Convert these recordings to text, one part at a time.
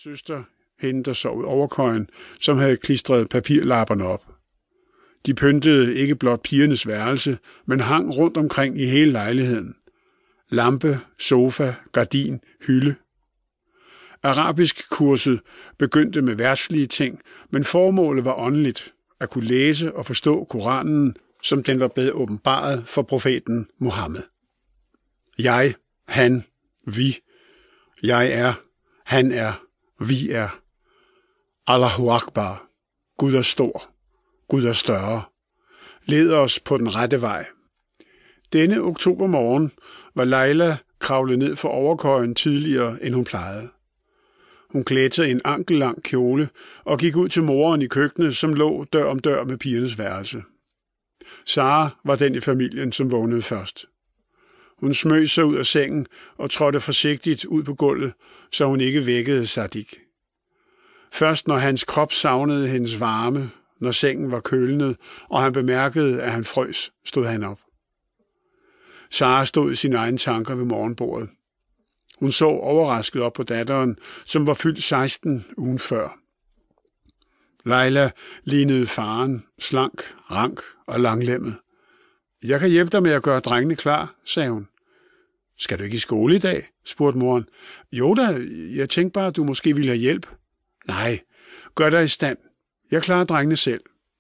søster, hende der sov i overkøjen, som havde klistret papirlapperne op. De pyntede ikke blot pigernes værelse, men hang rundt omkring i hele lejligheden. Lampe, sofa, gardin, hylde. Arabisk kurset begyndte med verdslige ting, men formålet var åndeligt, at kunne læse og forstå Koranen, som den var blevet åbenbaret for profeten Muhammed. Jeg, han, vi. Jeg er, han er, vi er. Allahu Akbar. Gud er stor. Gud er større. Led os på den rette vej. Denne oktobermorgen var Leila kravlet ned for overkøjen tidligere, end hun plejede. Hun klædte sig i en ankellang kjole og gik ud til moren i køkkenet, som lå dør om dør med pigernes værelse. Sara var den i familien, som vågnede først. Hun smøg sig ud af sengen og trådte forsigtigt ud på gulvet, så hun ikke vækkede Sadiq. Først når hans krop savnede hendes varme, når sengen var kølnet, og han bemærkede, at han frøs, stod han op. Sara stod i sine egne tanker ved morgenbordet. Hun så overrasket op på datteren, som var fyldt 16 ugen før. Leila lignede faren, slank, rank og langlemmet. Jeg kan hjælpe dig med at gøre drengene klar, sagde hun. Skal du ikke i skole i dag? Spurgte moren. Jo da, jeg tænkte bare, at du måske ville have hjælp. Nej, gør dig i stand. Jeg klarer drengene selv.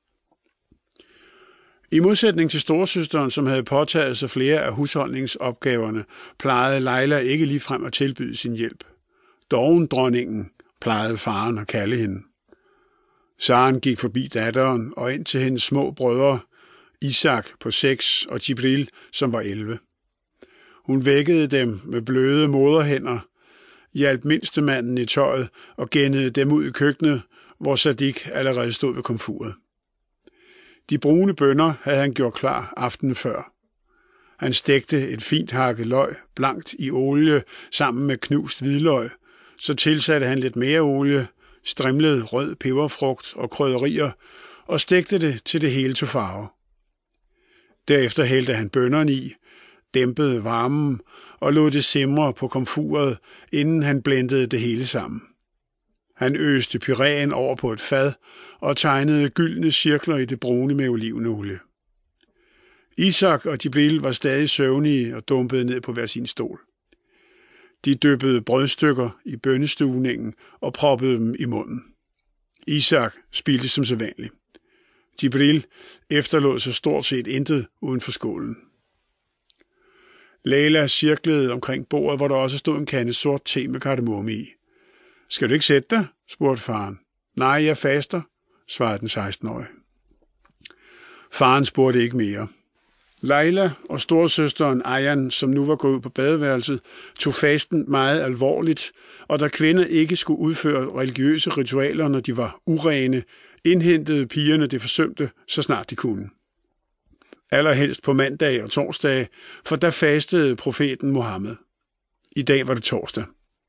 I modsætning til storesøsteren, som havde påtaget sig flere af husholdningsopgaverne, plejede Leila ikke ligefrem at tilbyde sin hjælp. Dronningen plejede faren at kalde hende. Saren gik forbi datteren og ind til hendes små brødre, Isak på 6 og Jibril, som var 11. Hun vækkede dem med bløde moderhænder, hjalp mindstemanden i tøjet og gennede dem ud i køkkenet, hvor Sadiq allerede stod ved komfuret. De brune bønner havde han gjort klar aftenen før. Han stegte et fint hakket løg blankt i olie sammen med knust hvidløg, så tilsatte han lidt mere olie, strimlet rød peberfrugt og krydderier og stegte det til det hele tog farve. Derefter hældte han bønnerne i, dæmpede varmen og lod det simre på komfuret, inden han blendede det hele sammen. Han øste pyréen over på et fad og tegnede gyldne cirkler i det brune med olivenolie. Isak og Jibril var stadig søvnige og dumpede ned på hver sin stol. De dyppede brødstykker i bønnestuvningen og proppede dem i munden. Isak spildte som sædvanligt. Jibril efterlod sig stort set intet uden for skålen. Leila cirklede omkring bordet, hvor der også stod en kande sort te med kardemomme i. Skal du ikke sætte dig? Spurgte faren. Nej, jeg faster, svarede den 16-årige. Faren spurgte ikke mere. Leila og storesøsteren Ayan, som nu var gået ud på badeværelset, tog fasten meget alvorligt, og da kvinder ikke skulle udføre religiøse ritualer, når de var urene, indhentede pigerne det forsømte, så snart de kunne. Allerhelst på mandag og torsdag, for der fastede profeten Muhammed. I dag var det torsdag.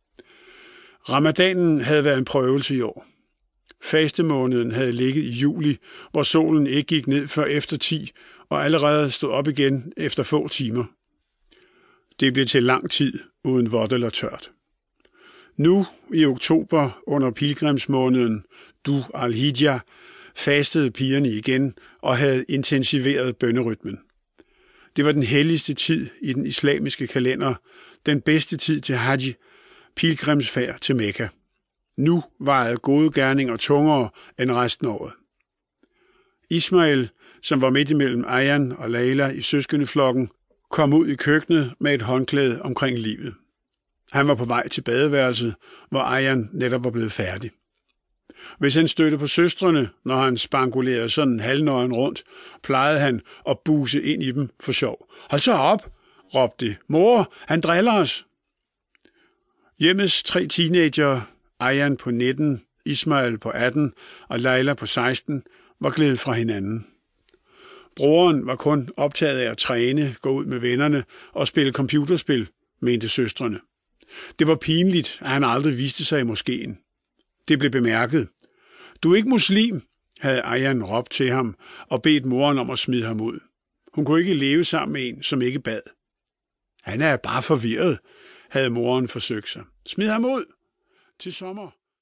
Ramadanen havde været en prøvelse i år. Fastemåneden havde ligget i juli, hvor solen ikke gik ned før efter 10, og allerede stod op igen efter få timer. Det blev til lang tid uden vådt eller tørt. Nu i oktober under pilgrimsmåneden Du al-Hijjah fastede pigerne igen og havde intensiveret bønnerytmen. Det var den helligste tid i den islamiske kalender, den bedste tid til hajj, pilgrimsfærd til Mekka. Nu vejede gode gerninger tungere end resten af året. Ismail, som var midt imellem Ayan og Leila i søskendeflokken, kom ud i køkkenet med et håndklæde omkring livet. Han var på vej til badeværelset, hvor Ayan netop var blevet færdig. Hvis han stødte på søstrene, når han spangulerede sådan halvnøgen rundt, plejede han at buse ind i dem for sjov. Hold så op, råbte de. Mor, han driller os. Hjemmets 3 teenagere, Ayan på 19, Ismail på 18 og Leila på 16, var glædet fra hinanden. Broren var kun optaget af at træne, gå ud med vennerne og spille computerspil, mente søstrene. Det var pinligt, at han aldrig viste sig i moskeen. Det blev bemærket. Du er ikke muslim, havde Ayan råbt til ham og bedt moren om at smide ham ud. Hun kunne ikke leve sammen med en, som ikke bad. Han er bare forvirret, havde moren forsøgt sig. Smid ham ud! Til sommer